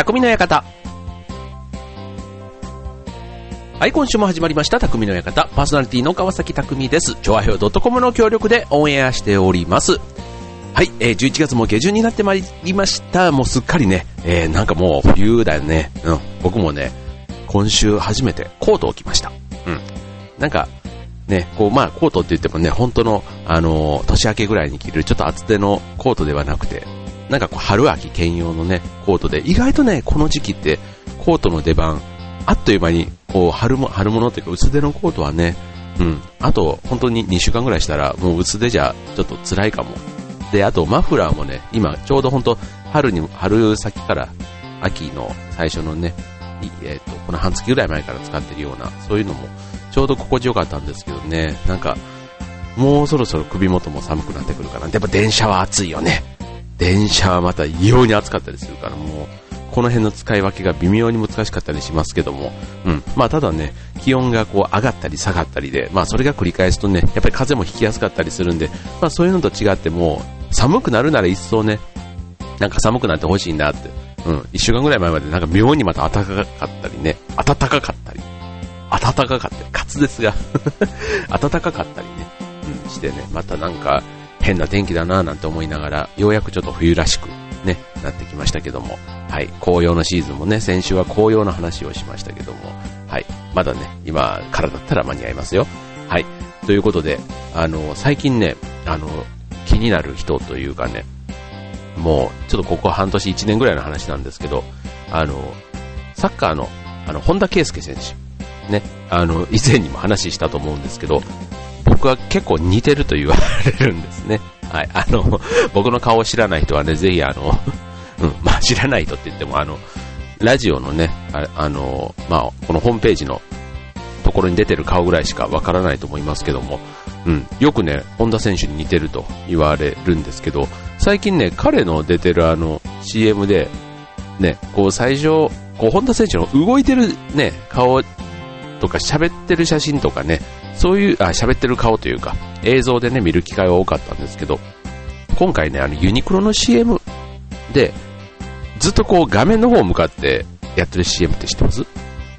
匠の館。はい、今週も始まりました匠の館。パーソナリティの川崎匠です。調和表 .com の協力でオンエアしております。はい、11月も下旬になってまいりました。もうすっかりね、なんかもう冬だよね。僕もね、今週初めてコートを着ました。なんかね、こうまあコートって言ってもね、本当の年明けぐらいに着るちょっと厚手のコートではなくて、なんかこう春秋兼用のねコートで、意外とねこの時期ってコートの出番あっという間にこう春物っていうか薄手のコートはね、あと本当に2週間ぐらいしたらもう薄手じゃちょっと辛いかも。で、あとマフラーもね、今ちょうど本当春先から秋の最初のね、この半月ぐらい前から使ってるような、そういうのもちょうど心地よかったんですけどね、なんかもうそろそろ首元も寒くなってくるかな。やっぱ電車は暑いよね。電車はまた異様に暑かったりするから、もうこの辺の使い分けが微妙に難しかったりしますけども、まあただね、気温がこう上がったり下がったりで、まあそれが繰り返すとね、やっぱり風邪もひきやすかったりするんで、まあそういうのと違っても寒くなるなら一層ね、なんか寒くなってほしいなって、1週間ぐらい前までなんか妙にまた暖かかったりね、暖かかったり、滑舌が暖かかったりね、してね、またなんか変な天気だなぁなんて思いながら、ようやくちょっと冬らしくね、なってきましたけども、はい、紅葉のシーズンもね、先週は紅葉の話をしましたけども、はい、まだね、今からだったら間に合いますよ。はい、ということで、最近ね、気になる人というかね、もうちょっとここ半年1年ぐらいの話なんですけど、サッカーの本田圭佑選手ね、以前にも話したと思うんですけど、僕は結構似てると言われるんですね。はい、僕の顔を知らない人はね、ぜひまあ知らない人って言ってもラジオのね、まあこのホームページのところに出てる顔ぐらいしかわからないと思いますけども、よくね本田選手に似てると言われるんですけど、最近ね彼の出てるCM でね、こう最初こう本田選手の動いてるね顔とか喋ってる写真とかね、そういう喋ってる顔というか映像でね見る機会は多かったんですけど、今回ねユニクロの CM でずっとこう画面の方向かってやってる CM って知ってます？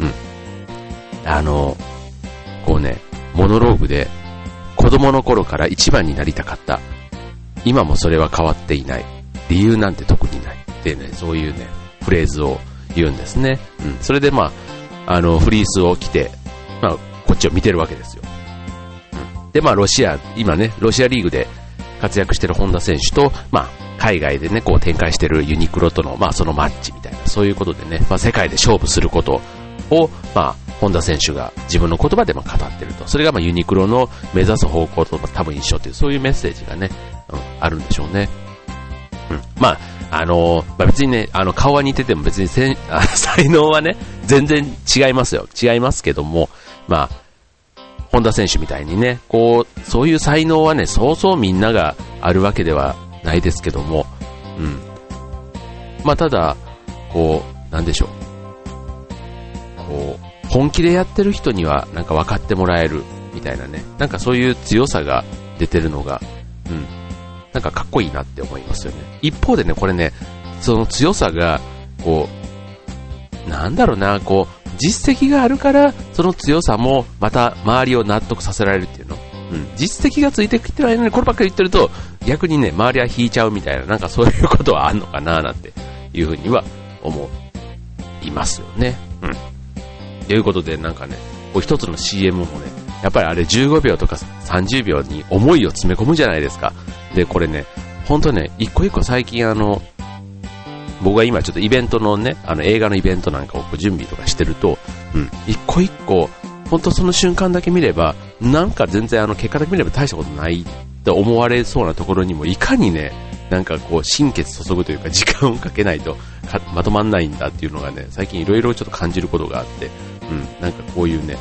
こうねモノローグで、子供の頃から一番になりたかった、今もそれは変わっていない、理由なんて特にないってね、そういうねフレーズを言うんですね。それでまあフリースを着て、まあこっちを見てるわけですよ。でまあ今ねロシアリーグで活躍してる本田選手と、まあ海外でねこう展開してるユニクロとのまあそのマッチみたいな、そういうことでね、まあ世界で勝負することをまあ本田選手が自分の言葉でも語ってると、それがまあユニクロの目指す方向と多分一緒という、そういうメッセージがね、あるんでしょうね。まあ別にね顔は似てても別に才能はね全然違いますけども、まあ本田選手みたいにねこうそういう才能はねそうそうみんながあるわけではないですけども、まあただこうなんでしょう、こう本気でやってる人にはなんか分かってもらえるみたいなね、なんかそういう強さが出てるのが、なんかかっこいいなって思いますよね。一方でねこれね、その強さがこうなんだろうな、こう実績があるからその強さもまた周りを納得させられるっていうの、実績がついてきてないのにこればっかり言ってると逆にね周りは引いちゃうみたいな、なんかそういうことはあんのかななんていうふうには思いますよね。ということでなんかねこう一つの CM もねやっぱりあれ15秒とか30秒に思いを詰め込むじゃないですか。でこれね本当ね一個一個最近僕が今ちょっとイベントのね映画のイベントなんかをこう準備とかしてると、一個一個本当その瞬間だけ見ればなんか全然結果だけ見れば大したことないと思われそうなところにもいかにねなんかこう心血注ぐというか時間をかけないとまとまんないんだっていうのがね最近いろいろちょっと感じることがあって、なんかこういうね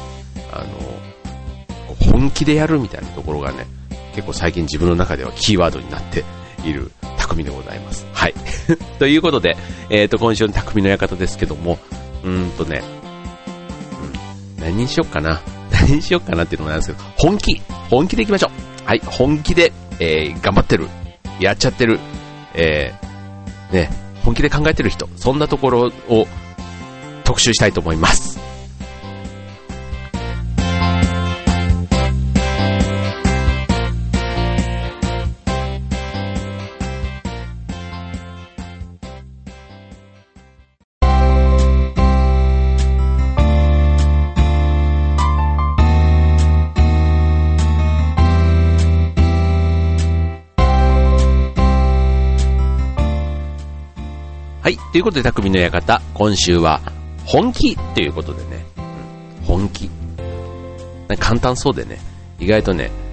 本気でやるみたいなところがね結構最近自分の中ではキーワードになっている匠でございます。はい。ということで、今週の匠の館ですけども、何にしよっかなっていうのもなんですけど、本気でいきましょう。はい、本気で、頑張ってる、やっちゃってる、 本気で考えてる人、そんなところを特集したいと思います。はい。ということで、匠の館、今週は、本気ということでね、本気。簡単そうでね、意外とね、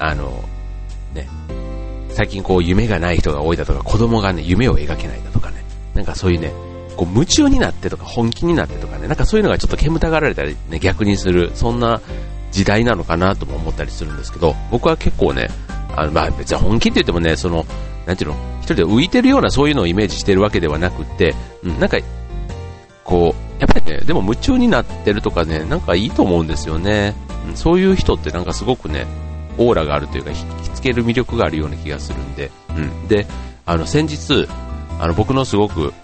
最近こう、夢がない人が多いだとか、子供がね、夢を描けないだとかね、なんかそういうね、こう、夢中になってとか、本気になってとかね、なんかそういうのがちょっと煙たがられたりね、逆にする、そんな時代なのかなとも思ったりするんですけど、僕は結構ね、別に本気って言ってもね、なんていうの、一人で浮いてるようなそういうのをイメージしてるわけではなくって、なんか、こう、やっぱりね、でも夢中になってるとかね、なんかいいと思うんですよね。そういう人ってなんかすごくね、オーラがあるというか、引きつける魅力があるような気がするんで、で、先日、僕のすごく、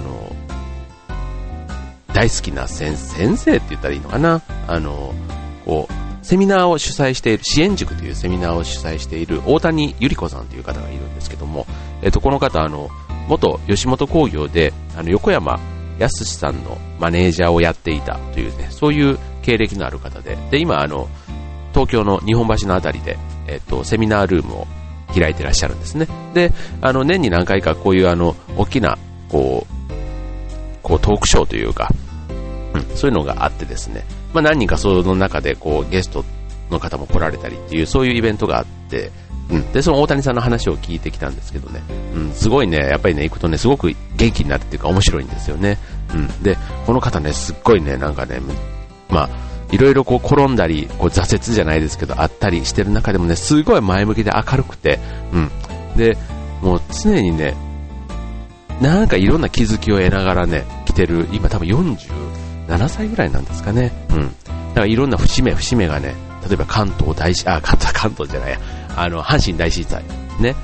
大好きな先生って言ったらいいのかな、こう、セミナーを主催している、支援塾というセミナーを主催している大谷ゆり子さんという方がいるんですけども、この方、元吉本興業で、横山康さんのマネージャーをやっていたというね、そういう経歴のある方で、今、東京の日本橋のあたりで、セミナールームを開いてらっしゃるんですね。で、年に何回かこういう大きな、こうトークショーというか、そういうのがあってですね、何人かその中でこうゲストの方も来られたりっていうそういうイベントがあって、でその大谷さんの話を聞いてきたんですけどね、すごいね、やっぱりね、行くとね、すごく元気になるっていうか面白いんですよね。でこの方ね、すっごいね、なんかね、いろいろこう転んだり、こう挫折じゃないですけどあったりしてる中でもね、すごい前向きで明るくて、でもう常にね、なんかいろんな気づきを得ながらね、来てる、今多分47歳ぐらいなんですかね。だからいろんな節目がね、例えば関東じゃないや、阪神大震災ね、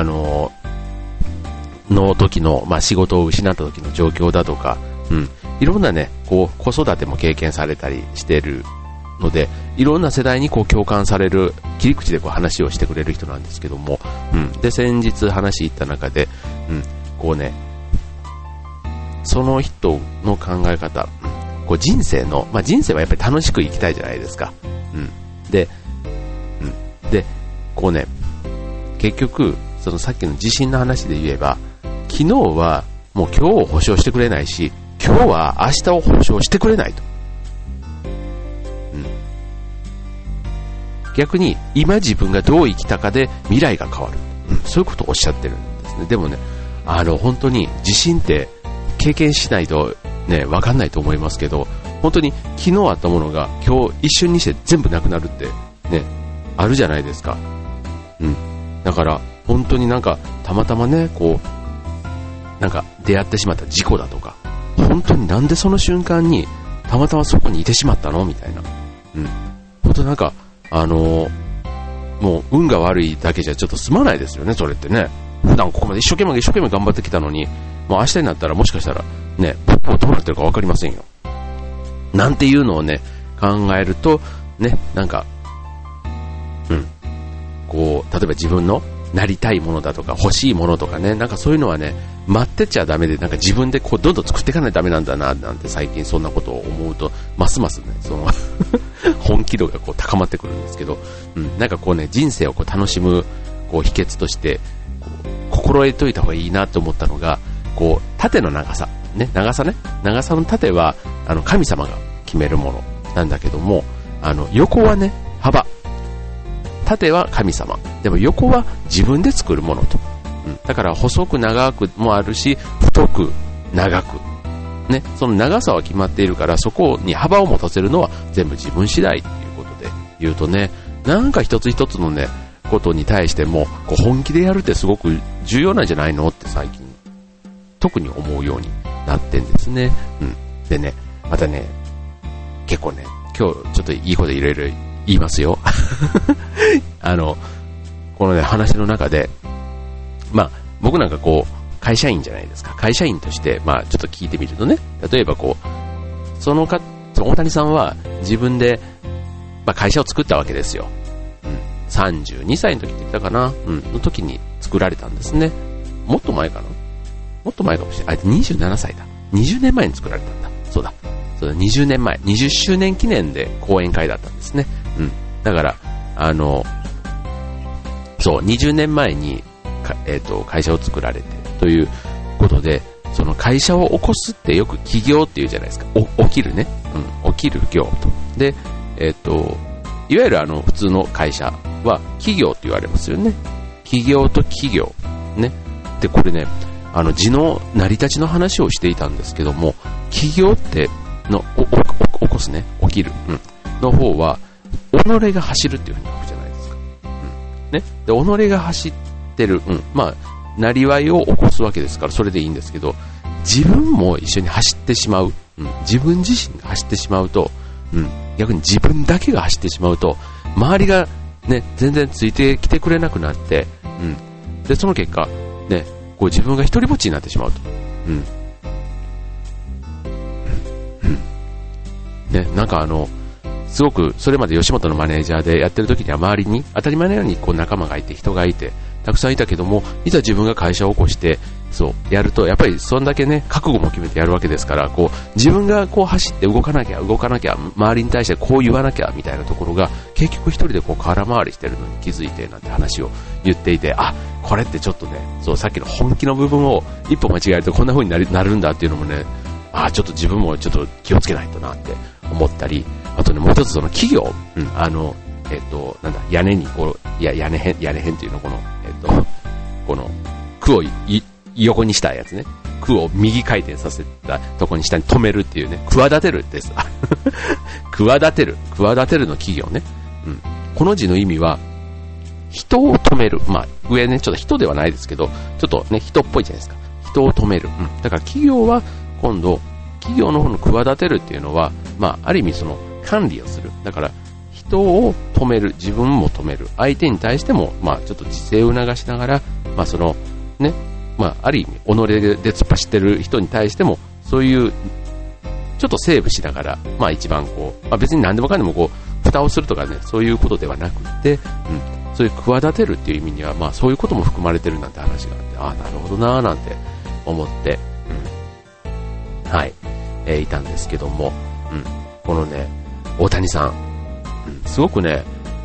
の時の、仕事を失った時の状況だとか、いろんなね、こう子育ても経験されたりしてるので、いろんな世代にこう共感される切り口でこう話をしてくれる人なんですけども、で先日話行った中で、こうね、その人の考え方、こう人生はやっぱり楽しく生きたいじゃないですか。で、こうね、結局、そのさっきの地震の話で言えば、昨日はもう今日を保証してくれないし、今日は明日を保証してくれないと。逆に、今自分がどう生きたかで未来が変わる。そういうことをおっしゃってるんですね。でもね、本当に地震って経験しないとね、わかんないと思いますけど、本当に昨日あったものが今日一瞬にして全部なくなるってね、あるじゃないですか。だから本当になんかたまたまね、こうなんか出会ってしまった事故だとか、本当になんでその瞬間にたまたまそこにいてしまったのみたいな。本当なんかもう運が悪いだけじゃちょっと済まないですよね、それってね。普段ここまで一生懸命頑張ってきたのに、もう明日になったらもしかしたらね、もうどうなってるか分かりませんよ。なんていうのをね、考えるとね、なんかこう例えば自分のなりたいものだとか欲しいものとかね、なんかそういうのはね、待ってちゃダメで、なんか自分でこうどんどん作っていかないとダメなんだななんて最近そんなことを思うと、ますますね、その本気度がこう高まってくるんですけど、なんかこうね、人生をこう楽しむこう秘訣としてこう心得といた方がいいなと思ったのが、こう縦の長さの縦は神様が決めるものなんだけども、横はね、幅、縦は神様、でも横は自分で作るものと、だから細く長くもあるし、太く長くね、その長さは決まっているから、そこに幅を持たせるのは全部自分次第ということで言うとね、なんか一つ一つのねことに対してもこう本気でやるってすごく重要なんじゃないのって最近特に思うようになってんですね。でね、またね、結構ね、今日ちょっといいこといろいろ言いますよ。このね、話の中で、僕なんかこう、 会社員じゃないですか。会社員として、ちょっと聞いてみるとね、例えば大谷さんは自分で、会社を作ったわけですよ。32歳の時って言ったかな、の時に作られたんですね。もっと前かな、もっと前かもしれない。27歳だ。20年前に作られたんだ。そうだ、20年前、20周年記念で講演会だったんですね。だから、20年前に会社を作られてということで、その会社を起こすってよく起業っていうじゃないですか。起きるね。起きる業と。で、いわゆる普通の会社は企業って言われますよね。企業と企業。ね。で、これね、字の成り立ちの話をしていたんですけども、企業って起こすね。起きる。の方は、己が走るっていうふうに書くじゃないですか。ね。で、己が走ってる。なりわいを起こすわけですから、それでいいんですけど、自分も一緒に走ってしまう。自分自身が走ってしまうと、逆に自分だけが走ってしまうと、周りがね、全然ついてきてくれなくなって、で、その結果、ね、自分が一人ぼっちになってしまうと。ね、なんかすごく、それまで吉本のマネージャーでやってる時には周りに当たり前のように仲間がいて人がいて、たくさんいたけども、いざ自分が会社を起こして、やると、やっぱりそんだけね、覚悟も決めてやるわけですから、自分が走って動かなきゃ、周りに対してこう言わなきゃ、みたいなところが、結局一人で空回りしてるのに気づいて、なんて話を言っていて、これってちょっとね、さっきの本気の部分を一歩間違えるとこんな風になるんだっていうのもね、ちょっと自分もちょっと気をつけないとなって思ったり、あとね、もう一つ企業、屋根に屋根辺っていうの、この、区を横にしたやつね。区を右回転させたとこに下に止めるっていうね。企てるです。企てるの企業ね。この字の意味は、人を止める。上ね、ちょっと人ではないですけど、ちょっとね、人っぽいじゃないですか。人を止める。だから企業は、今度、企業の方の企てるっていうのは、ある意味管理をする。だから、人を止める。自分も止める。相手に対しても、ちょっと自制を促しながら、ね、ある意味、己で突っ走ってる人に対しても、そういう、ちょっとセーブしながら、一番別に何でもかんでも蓋をするとかね、そういうことではなくて、そういう企てるっていう意味には、そういうことも含まれてるなんて話があって、なるほどなーなんて思って、いたんですけども、このね、大谷さん、すごくね、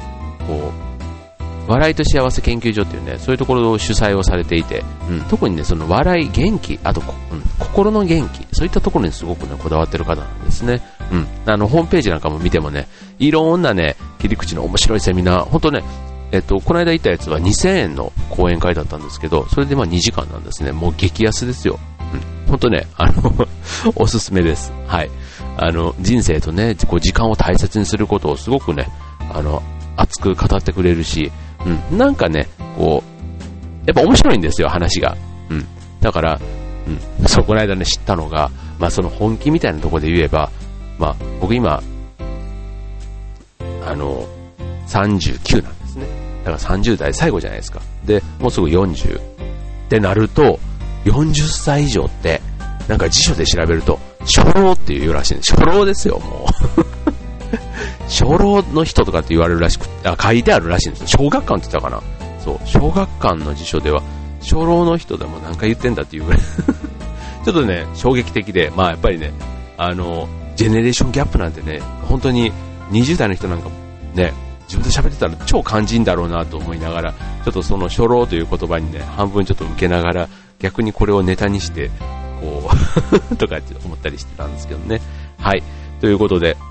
笑いと幸せ研究所っていうね、そういうところを主催をされていて、特にね、その笑い、元気、あと、心の元気、そういったところにすごくね、こだわってる方なんですね。ホームページなんかも見てもね、いろんなね、切り口の面白いセミナー、ほんとね、この間行ったやつは2000円の講演会だったんですけど、それで2時間なんですね。もう激安ですよ。ほんとね、おすすめです。はい。人生とね、時間を大切にすることをすごくね、熱く語ってくれるし、なんかね、やっぱ面白いんですよ、話が。だから、この間ね、知ったのが、その本気みたいなところで言えば、僕今、39なんですね。だから30代最後じゃないですか。で、もうすぐ40。ってなると、40歳以上って、なんか辞書で調べると、初老っていうらしいんです。初老ですよ、もう。初老の人とかって言われるらしく、書いてあるらしいんですよ。小学館って言ったかな。そう、小学館の辞書では、初老の人でもなんか言ってんだっていうぐらい。ちょっとね、衝撃的で、やっぱりね、ジェネレーションギャップなんてね、本当に20代の人なんかね、自分で喋ってたら超肝心だろうなと思いながら、ちょっとその初老という言葉にね、半分ちょっと受けながら、逆にこれをネタにして、とかって思ったりしてたんですけどね。はい。ということで、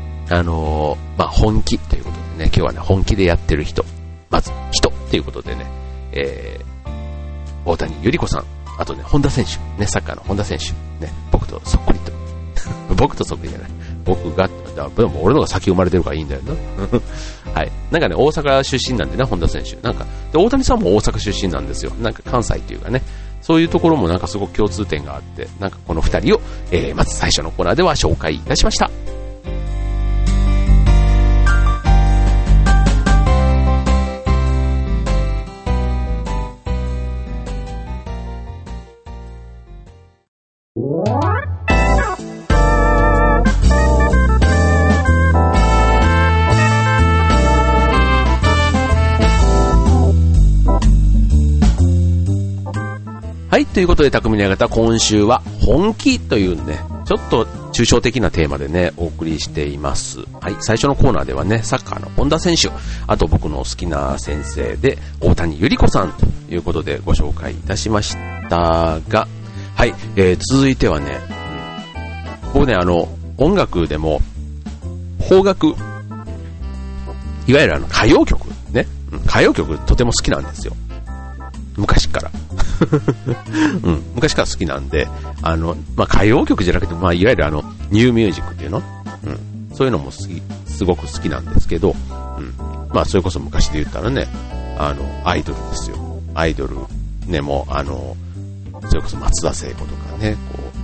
本気ということでね、今日はね、本気でやってる人。まず、人ということでね、大谷ゆり子さん、あとね、本田選手、ね、サッカーの本田選手、ね、僕とそっくりと。僕とそっくりじゃない。僕が、でも俺のが先生まれてるからいいんだよな。はい。なんかね、大阪出身なんでね、本田選手。なんか、で、大谷さんも大阪出身なんですよ。なんか関西っていうかね、そういうところもなんかすごく共通点があって、なんかこの二人を、まず最初のコーナーでは紹介いたしました。 はい、ということで、匠の館、今週は本気というね、ちょっと抽象的なテーマでね、お送りしています。はい、最初のコーナーではね、サッカーの本田選手、あと僕の好きな先生で、大谷ゆり子さんということでご紹介いたしましたが、はい、続いてはね、僕ね、音楽でも、邦楽、いわゆる歌謡曲ね、歌謡曲とても好きなんですよ。昔から。うん、昔から好きなんで、歌謡曲じゃなくて、いわゆるニューミュージックっていうの、そういうのもすごく好きなんですけど、それこそ昔で言ったらね、アイドルですよ。アイドル、ね、もう、それこそ松田聖子とかね、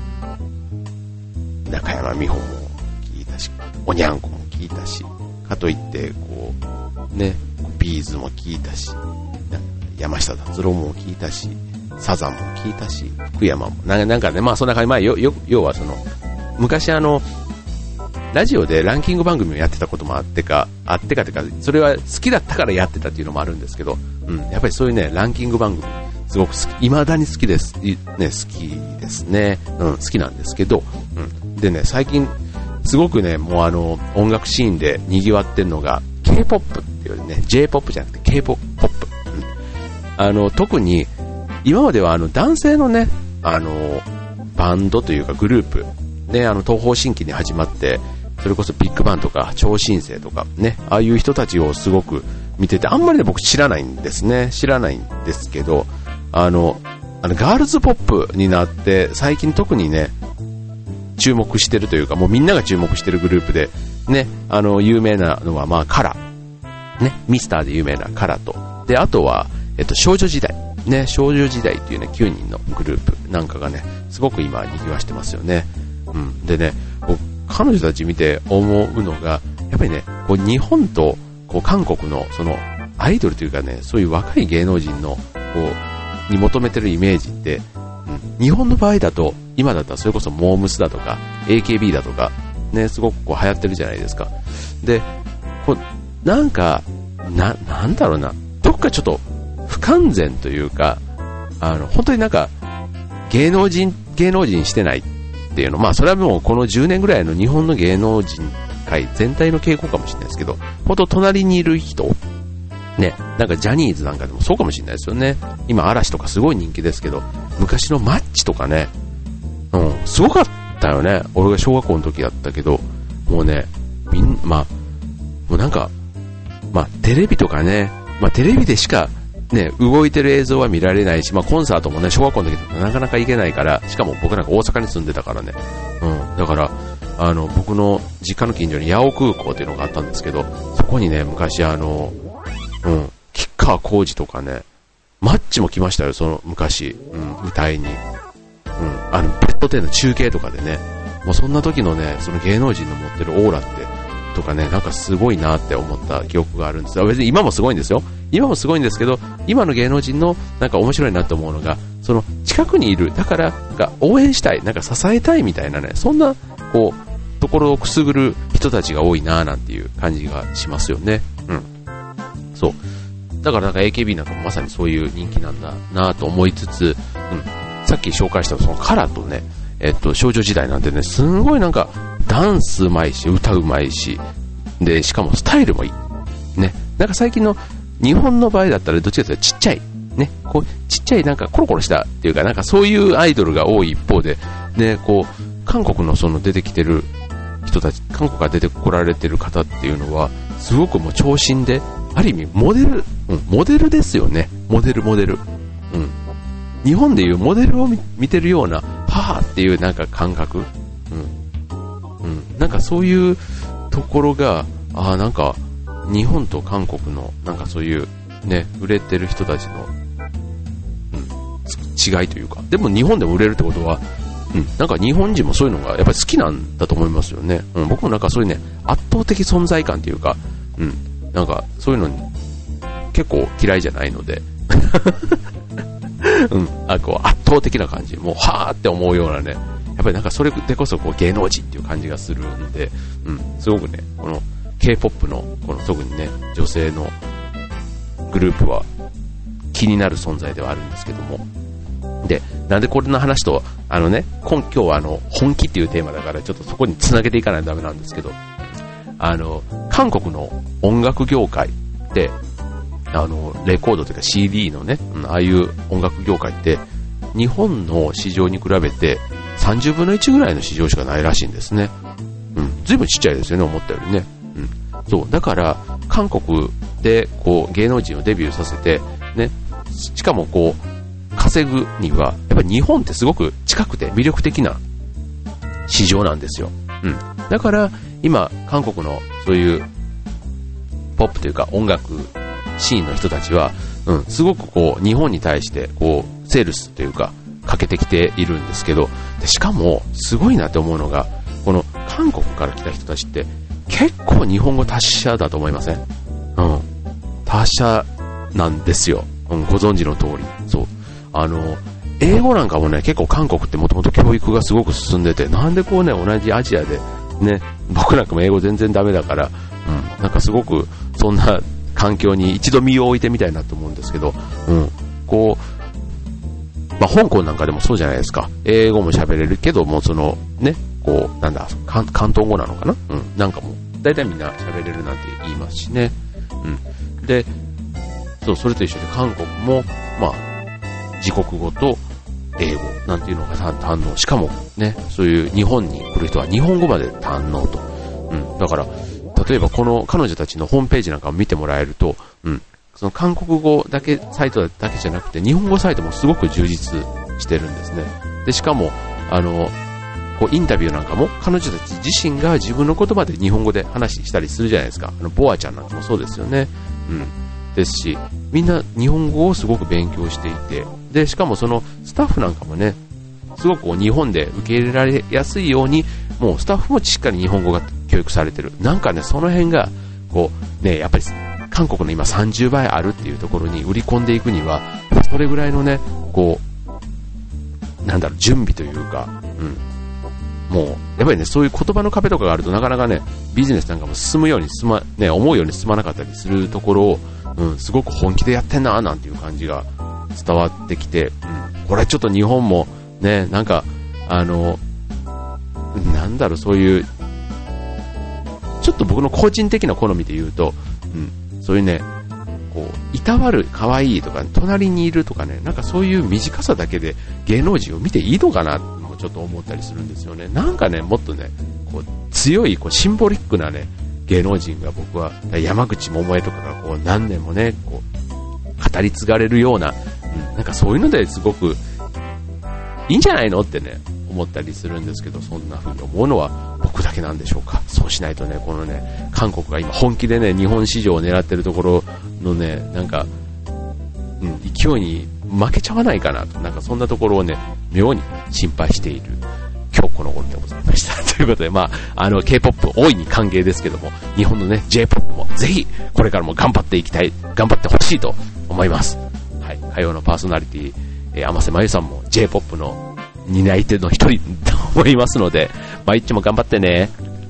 中山美穂も聞いたし、おにゃんこも聞いたし、かといって、ね、ビーズも聞いたし、山下達郎も聞いたし、サザンも聞いたし、福山もなんかね、そんな感じ、要は昔ラジオでランキング番組をやってたこともあってかてか、それは好きだったからやってたっていうのもあるんですけど、やっぱりそういうね、ランキング番組、すごく未だに好きです。ね、好きですね。好きなんですけど、でね、最近、すごくね、もう音楽シーンで賑わってるのが、K-POP っていうね、J-POP じゃなくて K-POP。特に、今までは男性のね、バンドというかグループ、ね、東方神起に始まって、それこそビッグバンとか超新星とかね、ああいう人たちをすごく見てて、あんまりね、僕知らないんですね。知らないんですけど、ガールズポップになって、最近特にね、注目してるというか、もうみんなが注目してるグループで、ね、有名なのは、カラ。ね、ミスターで有名なカラと。で、あとは、少女時代。ね、少女時代っていうね、9人のグループなんかがね、すごく今賑わしてますよね。でね、彼女たち見て思うのが、やっぱりね、日本と韓国のそのアイドルというかね、そういう若い芸能人のに求めてるイメージって、日本の場合だと、今だったらそれこそモームスだとか AKB だとかね、すごく流行ってるじゃないですか。で、なんかなんだろうな、どっかちょっと不完全というか、本当になんか芸能人してないっていうの、それはもうこの10年ぐらいの日本の芸能人界全体の傾向かもしれないですけど、本当隣にいる人ね、なんかジャニーズなんかでもそうかもしれないですよね。今嵐とかすごい人気ですけど、昔のマッチとかね、すごかったよね。俺が小学校の時だったけど、もうね、もうなんか、テレビとかね、テレビでしかね、動いてる映像は見られないし、コンサートもね、小学校の時だとなかなか行けないから、しかも僕なんか大阪に住んでたからね、だから、僕の実家の近所に八尾空港っていうのがあったんですけど、そこにね、昔吉川晃司とかね、マッチも来ましたよ、その昔、歌いに。ベッド10の中継とかでね、もうそんな時のね、その芸能人の持ってるオーラって、とかね、なんかすごいなって思った記憶があるんですよ。別に今もすごいんですよ。今もすごいんですけど、今の芸能人のなんか面白いなと思うのが、その近くにいる、だからが応援したい、なんか支えたいみたいなね、そんなところをくすぐる人たちが多いななんていう感じがしますよね。そう。だからなんか AKB なんかもまさにそういう人気なんだなと思いつつ、さっき紹介したそのカラーとね、少女時代なんてね、すんごいなんかダンスうまいし、歌うまいし、で、しかもスタイルもいい。ね。なんか最近の日本の場合だったらどっちかというとちっちゃい。ね。ちっちゃいなんかコロコロしたっていうか、なんかそういうアイドルが多い一方で、ね、韓国のその出てきてる人たち、韓国から出てこられてる方っていうのは、すごくもう長身で、ある意味モデルですよね。モデル。日本でいうモデルを見てるような、はぁっていうなんか感覚。なんかそういうところが、なんか日本と韓国のなんかそういうね、売れてる人たちの、違いというか、でも日本でも売れるってことは、なんか日本人もそういうのがやっぱり好きなんだと思いますよね。僕もなんかそういうね、圧倒的存在感というか、なんかそういうのに結構嫌いじゃないので、圧倒的な感じ、もうはーって思うようなね、やっぱぱりなんかそれでこそこう芸能人っていう感じがするんで、すごくね、この K-POP のこの特にね、女性のグループは気になる存在ではあるんですけども。で、なんでこれの話と、今日は本気っていうテーマだからちょっとそこに繋げていかないとダメなんですけど、韓国の音楽業界で、レコードというか CD のね、ああいう音楽業界って、日本の市場に比べて30分の1ぐらいの市場しかないらしいんですね。ずいぶんちっちゃいですよね、思ったよりね。そう。だから、韓国で、こう、芸能人をデビューさせて、ね、しかもこう、稼ぐには、やっぱり日本ってすごく近くて魅力的な市場なんですよ。だから、今、韓国のそういう、ポップというか音楽シーンの人たちは、すごくこう、日本に対して、こう、セールスというか、かけてきているんですけど、でしかも、すごいなって思うのが、この韓国から来た人たちって、結構日本語達者だと思いません？達者なんですよ。ご存知の通り。そう。英語なんかもね、結構韓国ってもともと教育がすごく進んでて、なんでこうね、同じアジアで、ね、僕なんかも英語全然ダメだから、なんかすごく、そんな環境に一度身を置いてみたいなと思うんですけど、こう、香港なんかでもそうじゃないですか。英語も喋れるけども、その、ね、こう、なんだ、広東語なのかな？なんかもう、だいたいみんな喋れるなんて言いますしね。で、そう、それと一緒で韓国も、自国語と英語なんていうのが堪能。しかもね、そういう日本に来る人は日本語まで堪能と。だから、例えばこの彼女たちのホームページなんかを見てもらえると、その韓国語だけ、サイトだけじゃなくて、日本語サイトもすごく充実してるんですね。で、しかも、こうインタビューなんかも彼女たち自身が自分の言葉で日本語で話したりするじゃないですか。ボアちゃんなんかもそうですよね。ですし、みんな日本語をすごく勉強していて、で、しかもそのスタッフなんかもね、すごくこう日本で受け入れられやすいように、もうスタッフもしっかり日本語が教育されてる。なんかね、その辺が、こう、ね、やっぱり韓国の今30倍あるっていうところに売り込んでいくには、それぐらいのね、こう、なんだろう、準備というか、もう、やっぱりね、そういう言葉の壁とかがあるとなかなかね、ビジネスなんかも進むようにね、思うように進まなかったりするところを、すごく本気でやってんなーなんていう感じが伝わってきて、これちょっと日本もね、なんか、なんだろう、そういう、ちょっと僕の個人的な好みで言うと、そういうね、こう、いたわる、可愛いとか、隣にいるとかね、なんかそういう短さだけで芸能人を見ていいのかなってもちょっと思ったりするんですよね。なんかね、もっとね、こう、強い、こう、シンボリックなね、芸能人が僕は、山口百恵とかがこう、何年もね、こう、語り継がれるような、なんかそういうのですごく、いいんじゃないのってね、思ったりするんですけど、そんな風に思うのは僕だけなんでしょうか。そうしないとね、このね、韓国が今本気でね、日本市場を狙ってるところのね、なんか、勢いに負けちゃわないかなと、なんかそんなところをね、妙に心配している今日この頃でございました。ということで、K-POP 大いに歓迎ですけども、日本のね、J-POP もぜひ、これからも頑張ってほしいと思います。はい。火曜のパーソナリティ、天瀬まゆさんも J-POP の担い手の一人と思いますので、まゆっちも頑張ってね。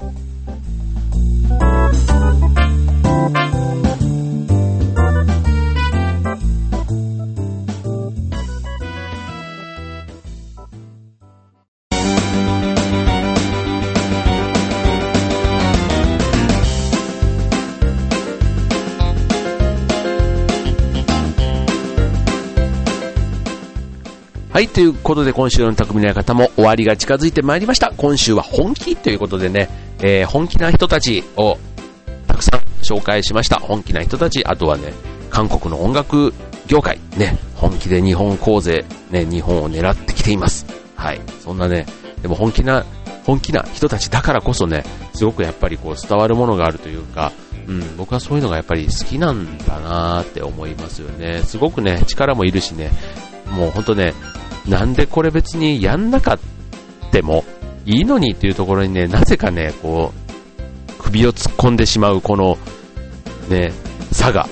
はい、ということで今週の匠の館も終わりが近づいてまいりました。今週は本気ということでね、本気な人たちをたくさん紹介しました。本気な人たち、あとはね、韓国の音楽業界、ね、本気で日本興税、ね、日本を狙ってきています。はい、そんなね、でも本気な人たちだからこそね、すごくやっぱりこう伝わるものがあるというか、僕はそういうのがやっぱり好きなんだなーって思いますよね。すごくね、力もいるしね、もうほんとね、なんでこれ別にやんなかってもいいのにっていうところにね、なぜかね、こう、首を突っ込んでしまうこの、ね、差が、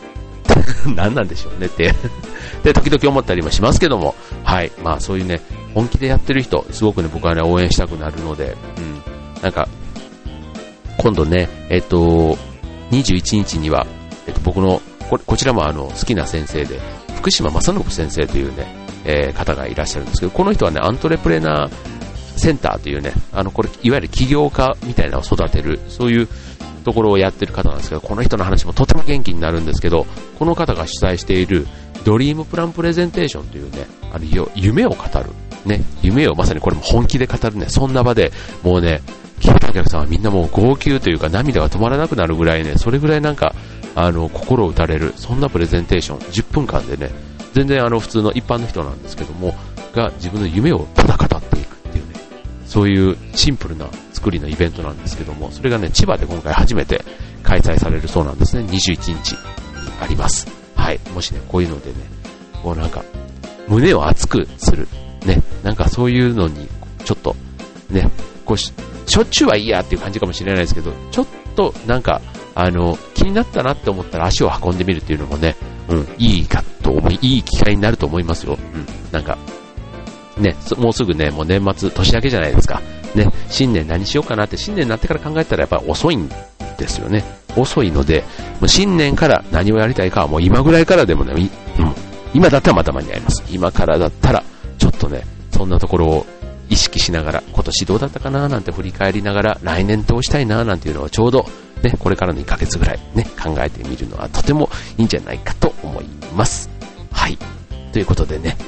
何なんでしょうねってで、時々思ったりもしますけども、はい、そういうね、 本気でやってる人、すごくね、僕はね、応援したくなるので、なんか、今度ね、21日には、僕の、こちらも好きな先生で、福島正信先生というね、方がいらっしゃるんですけど、この人はね、アントレプレナーセンターというね、これ、いわゆる起業家みたいなのを育てる、そういうところをやってる方なんですけど、この人の話もとても元気になるんですけど、この方が主催している、ドリームプランプレゼンテーションというね、夢を語る。ね、夢をまさにこれも本気で語るね、そんな場で、もうね、聞いたお客さんはみんなもう号泣というか涙が止まらなくなるぐらいね、それぐらいなんか、心を打たれる、そんなプレゼンテーション、10分間でね、全然普通の一般の人なんですけども、が自分の夢をただ語っていくっていうね、そういうシンプルな作りのイベントなんですけども、それがね、千葉で今回初めて開催されるそうなんですね。21日にあります。はい。もしね、こういうのでね、こうなんか、胸を熱くする。ね、なんかそういうのに、ちょっと、ね、こうしょっちゅうはいいやっていう感じかもしれないですけど、ちょっとなんか、気になったなって思ったら足を運んでみるっていうのもね、いい機会になると思いますよ。なんか、ね、もうすぐね、もう年末、年明けじゃないですか。ね、新年何しようかなって、新年になってから考えたらやっぱり遅いんですよね。遅いので、もう新年から何をやりたいかはもう今ぐらいからでもね、今だったらまた間に合います。今からだったら、ちょっとね、そんなところを意識しながら、今年どうだったかななんて振り返りながら、来年どうしたいななんていうのはちょうど、ね、これからの1ヶ月ぐらいね、考えてみるのはとてもいいんじゃないかと思います。はい。ということでね、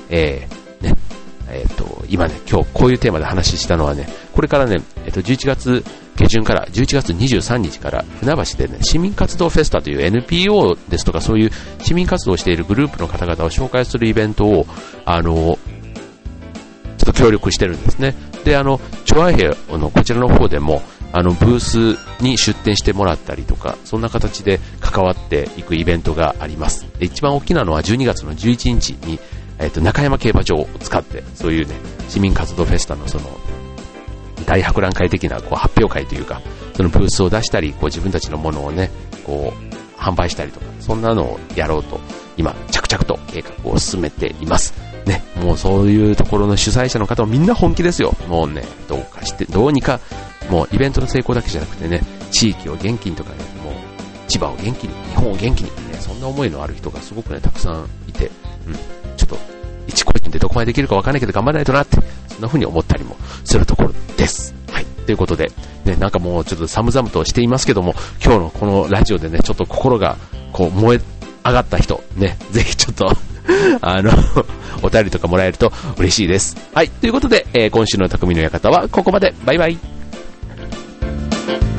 今ね、今日こういうテーマで話したのはね、これからね、11月下旬から11月23日から船橋でね、市民活動フェスタという NPO ですとかそういう市民活動をしているグループの方々を紹介するイベントを、ちょっと協力してるんですね。で、チョアヘアのこちらの方でも、ブースに出展してもらったりとか、そんな形で関わっていくイベントがあります。で、一番大きなのは12月の11日に、中山競馬場を使って、そういうね、市民活動フェスタのその、大博覧会的なこう発表会というか、そのブースを出したり、こう自分たちのものをね、こう、販売したりとか、そんなのをやろうと、今、着々と計画を進めています。ね、もうそういうところの主催者の方もみんな本気ですよ。もうね、どうにか、もうイベントの成功だけじゃなくてね、地域を元気にとかね、もう千葉を元気に、日本を元気にね、そんな思いのある人がすごくね、たくさんいて、ちょっと、一個人でどこまでできるかわかんないけど頑張らないとなって、そんな風に思ったりもするところです。はい。ということで、ね、なんかもうちょっと寒々としていますけども、今日のこのラジオでね、ちょっと心がこう燃え上がった人、ね、ぜひちょっと、お便りとかもらえると嬉しいです。はい。ということで、今週の匠の館はここまで。バイバイ。